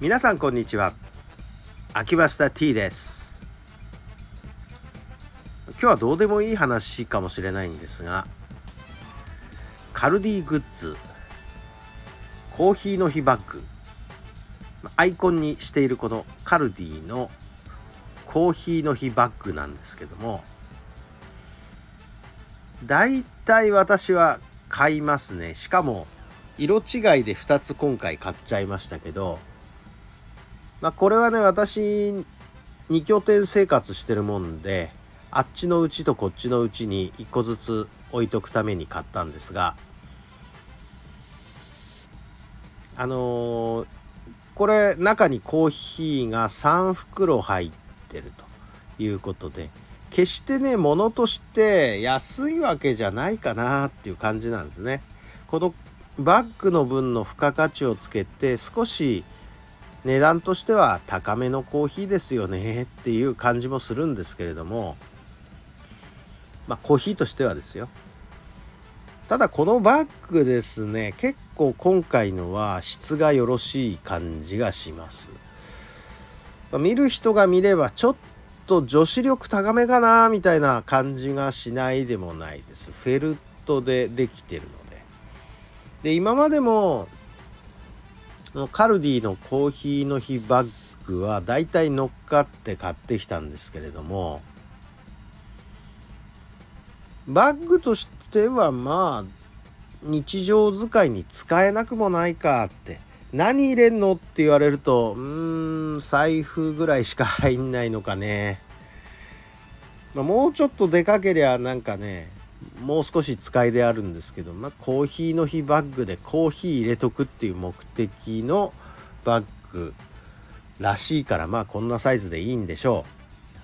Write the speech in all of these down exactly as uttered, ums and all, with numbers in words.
皆さんこんにちは。秋葉スタ T です。今日はどうでもいい話かもしれないんですが、カルディグッズコーヒーの日バッグ、アイコンにしているこのカルディのコーヒーの日バッグなんですけども、だいたい私は買いますね。しかも色違いでふたつ今回買っちゃいましたけど、まあ、これはね、私に拠点生活してるもんで、あっちのうちとこっちのうちにいっこずつ置いとくために買ったんですが、あのー、これ中にコーヒーがさん袋入ってるということで、決してね物として安いわけじゃないかなっていう感じなんですね。このバッグの分の付加価値をつけて、少し値段としては高めのコーヒーですよねっていう感じもするんですけれども、まあコーヒーとしてはですよ。ただこのバッグですね、結構今回のは質がよろしい感じがします。まあ、見る人が見ればちょっと女子力高めかなみたいな感じがしないでもないです。フェルトでできてるので。で、今までもカルディのコーヒーの日バッグはだいたい乗っかって買ってきたんですけれども、バッグとしてはまあ日常使いに使えなくもないかって。何入れんのって言われると、うーん財布ぐらいしか入んないのかね。まあ、もうちょっとでかけりゃなんかね、もう少し使いであるんですけど、まあ、コーヒーの日バッグでコーヒー入れとくっていう目的のバッグらしいから、まあこんなサイズでいいんでしょ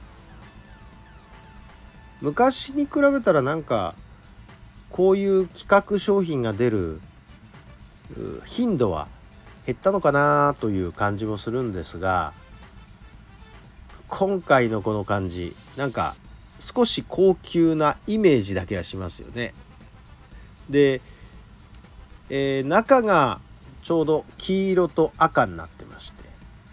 う。昔に比べたらなんかこういう企画商品が出る頻度は減ったのかなという感じもするんですが、今回のこの感じなんか少し高級なイメージだけはしますよね。で、えー、中がちょうど黄色と赤になってまして、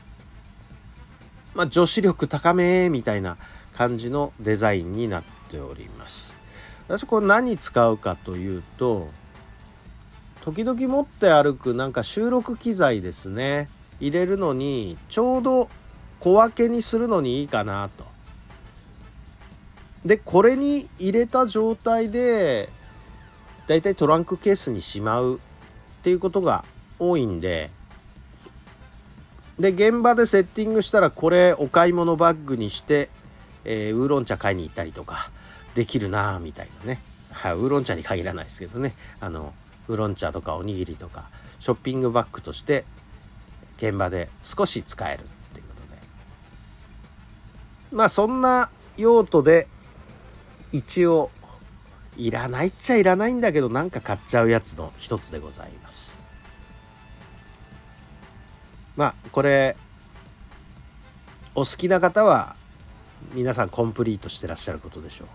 まあ女子力高めみたいな感じのデザインになっております。私これ何使うかというと、時々持って歩くなんか収録機材ですね、入れるのにちょうど小分けにするのにいいかなと。でこれに入れた状態でだいたいトランクケースにしまうっていうことが多いんで、で現場でセッティングしたらこれお買い物バッグにして、えー、ウーロン茶買いに行ったりとかできるなみたいなね、はい、ウーロン茶に限らないですけどね、あのウーロン茶とかおにぎりとかショッピングバッグとして現場で少し使えるっていうことで、まあそんな用途で一応いらないっちゃいらないんだけどなんか買っちゃうやつの一つでございます。まあこれお好きな方は皆さんコンプリートしてらっしゃることでしょ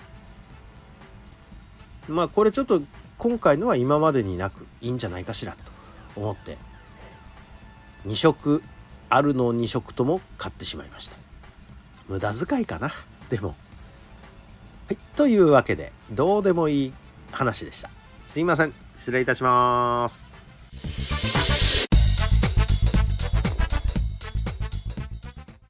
う。まあこれちょっと今回のは今までになくいいんじゃないかしらと思ってに色あるのに色とも買ってしまいました。無駄遣いかな。でもはい、というわけでどうでもいい話でした。すいません、失礼いたします。